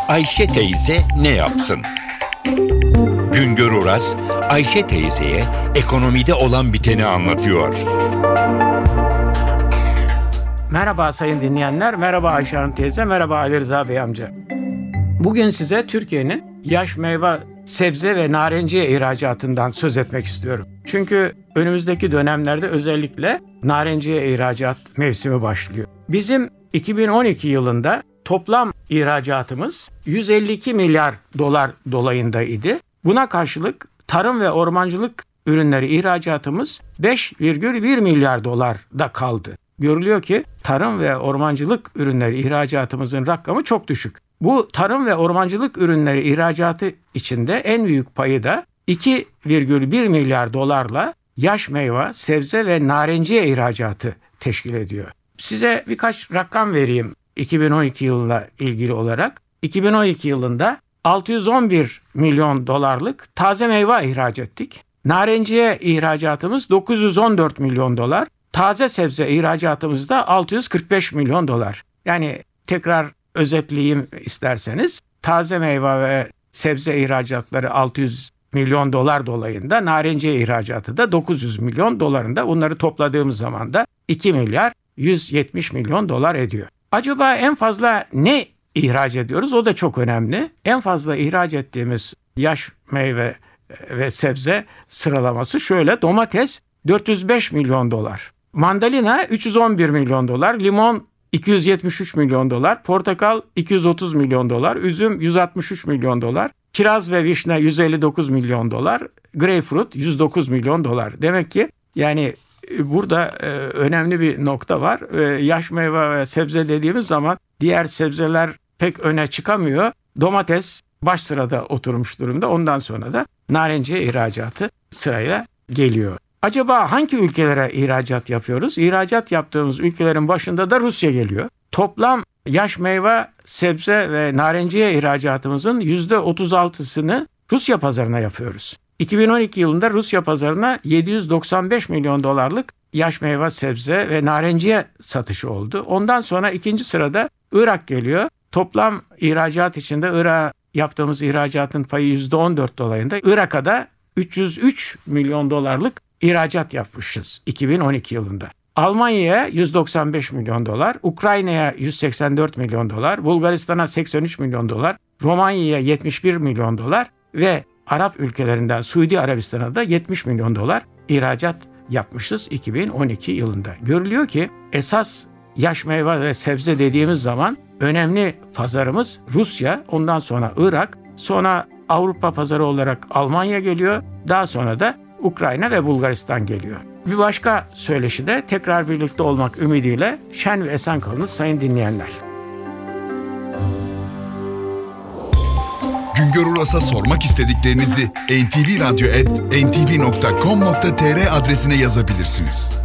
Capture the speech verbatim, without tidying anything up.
Ayşe teyze ne yapsın? Güngör Oras, Ayşe teyzeye ekonomide olan biteni anlatıyor. Merhaba sayın dinleyenler, merhaba Ayşe Hanım teyze, merhaba Ali Rıza Bey amca. Bugün size Türkiye'nin yaş meyve, sebze ve narenciye ihracatından söz etmek istiyorum. Çünkü önümüzdeki dönemlerde özellikle narenciye ihracat mevsimi başlıyor. Bizim iki bin on iki yılında toplam ihracatımız yüz elli iki milyar dolar dolayındaydı. Buna karşılık tarım ve ormancılık ürünleri ihracatımız beş virgül bir milyar dolarda kaldı. Görülüyor ki tarım ve ormancılık ürünleri ihracatımızın rakamı çok düşük. Bu tarım ve ormancılık ürünleri ihracatı içinde en büyük payı da iki virgül bir milyar dolarla yaş meyve, sebze ve narenciye ihracatı teşkil ediyor. Size birkaç rakam vereyim iki bin on iki yılıyla ilgili olarak. iki bin on iki yılında altı yüz on bir milyon dolarlık taze meyve ihraç ettik. Narenciye ihracatımız dokuz yüz on dört milyon dolar. Taze sebze ihracatımız da altı yüz kırk beş milyon dolar. Yani tekrar özetleyeyim isterseniz. Taze meyve ve sebze ihracatları altı yüz milyon dolar dolayında, narenciye ihracatı da dokuz yüz milyon dolarında. Bunları topladığımız zaman da iki milyar yüz yetmiş milyon dolar ediyor. Acaba en fazla ne ihraç ediyoruz? O da çok önemli. En fazla ihraç ettiğimiz yaş meyve ve sebze sıralaması şöyle: domates dört yüz beş milyon dolar, mandalina üç yüz on bir milyon dolar, limon iki yüz yetmiş üç milyon dolar, portakal iki yüz otuz milyon dolar, üzüm yüz altmış üç milyon dolar, kiraz ve vişne yüz elli dokuz milyon dolar, greyfurt yüz dokuz milyon dolar. Demek ki yani burada e, önemli bir nokta var. E, yaş meyve ve sebze dediğimiz zaman diğer sebzeler pek öne çıkamıyor. Domates baş sırada oturmuş durumda. Ondan sonra da narenciye ihracatı sırayla geliyor. Acaba hangi ülkelere ihracat yapıyoruz? İhracat yaptığımız ülkelerin başında da Rusya geliyor. Toplam yaş meyve, sebze ve narenciye ihracatımızın yüzde otuz altısını Rusya pazarına yapıyoruz. iki bin on iki yılında Rusya pazarına yedi yüz doksan beş milyon dolarlık yaş meyve, sebze ve narenciye satışı oldu. Ondan sonra ikinci sırada Irak geliyor. Toplam ihracat içinde Irak'a yaptığımız ihracatın payı yüzde on dört dolayında. Irak'a da üç yüz üç milyon dolarlık ihracat yapmışız iki bin on iki yılında. Almanya'ya yüz doksan beş milyon dolar, Ukrayna'ya yüz seksen dört milyon dolar, Bulgaristan'a seksen üç milyon dolar, Romanya'ya yetmiş bir milyon dolar ve Arap ülkelerinden Suudi Arabistan'a da yetmiş milyon dolar ihracat yapmışız iki bin on iki yılında. Görülüyor ki esas yaş meyve ve sebze dediğimiz zaman önemli pazarımız Rusya, ondan sonra Irak, sonra Avrupa pazarı olarak Almanya geliyor, daha sonra da Ukrayna ve Bulgaristan geliyor. Bir başka söyleşi de tekrar birlikte olmak ümidiyle şen ve esen kalınız sayın dinleyenler. Güngör Oras'a sormak istediklerinizi en ti vi radyo et en ti vi nokta com nokta tr adresine yazabilirsiniz.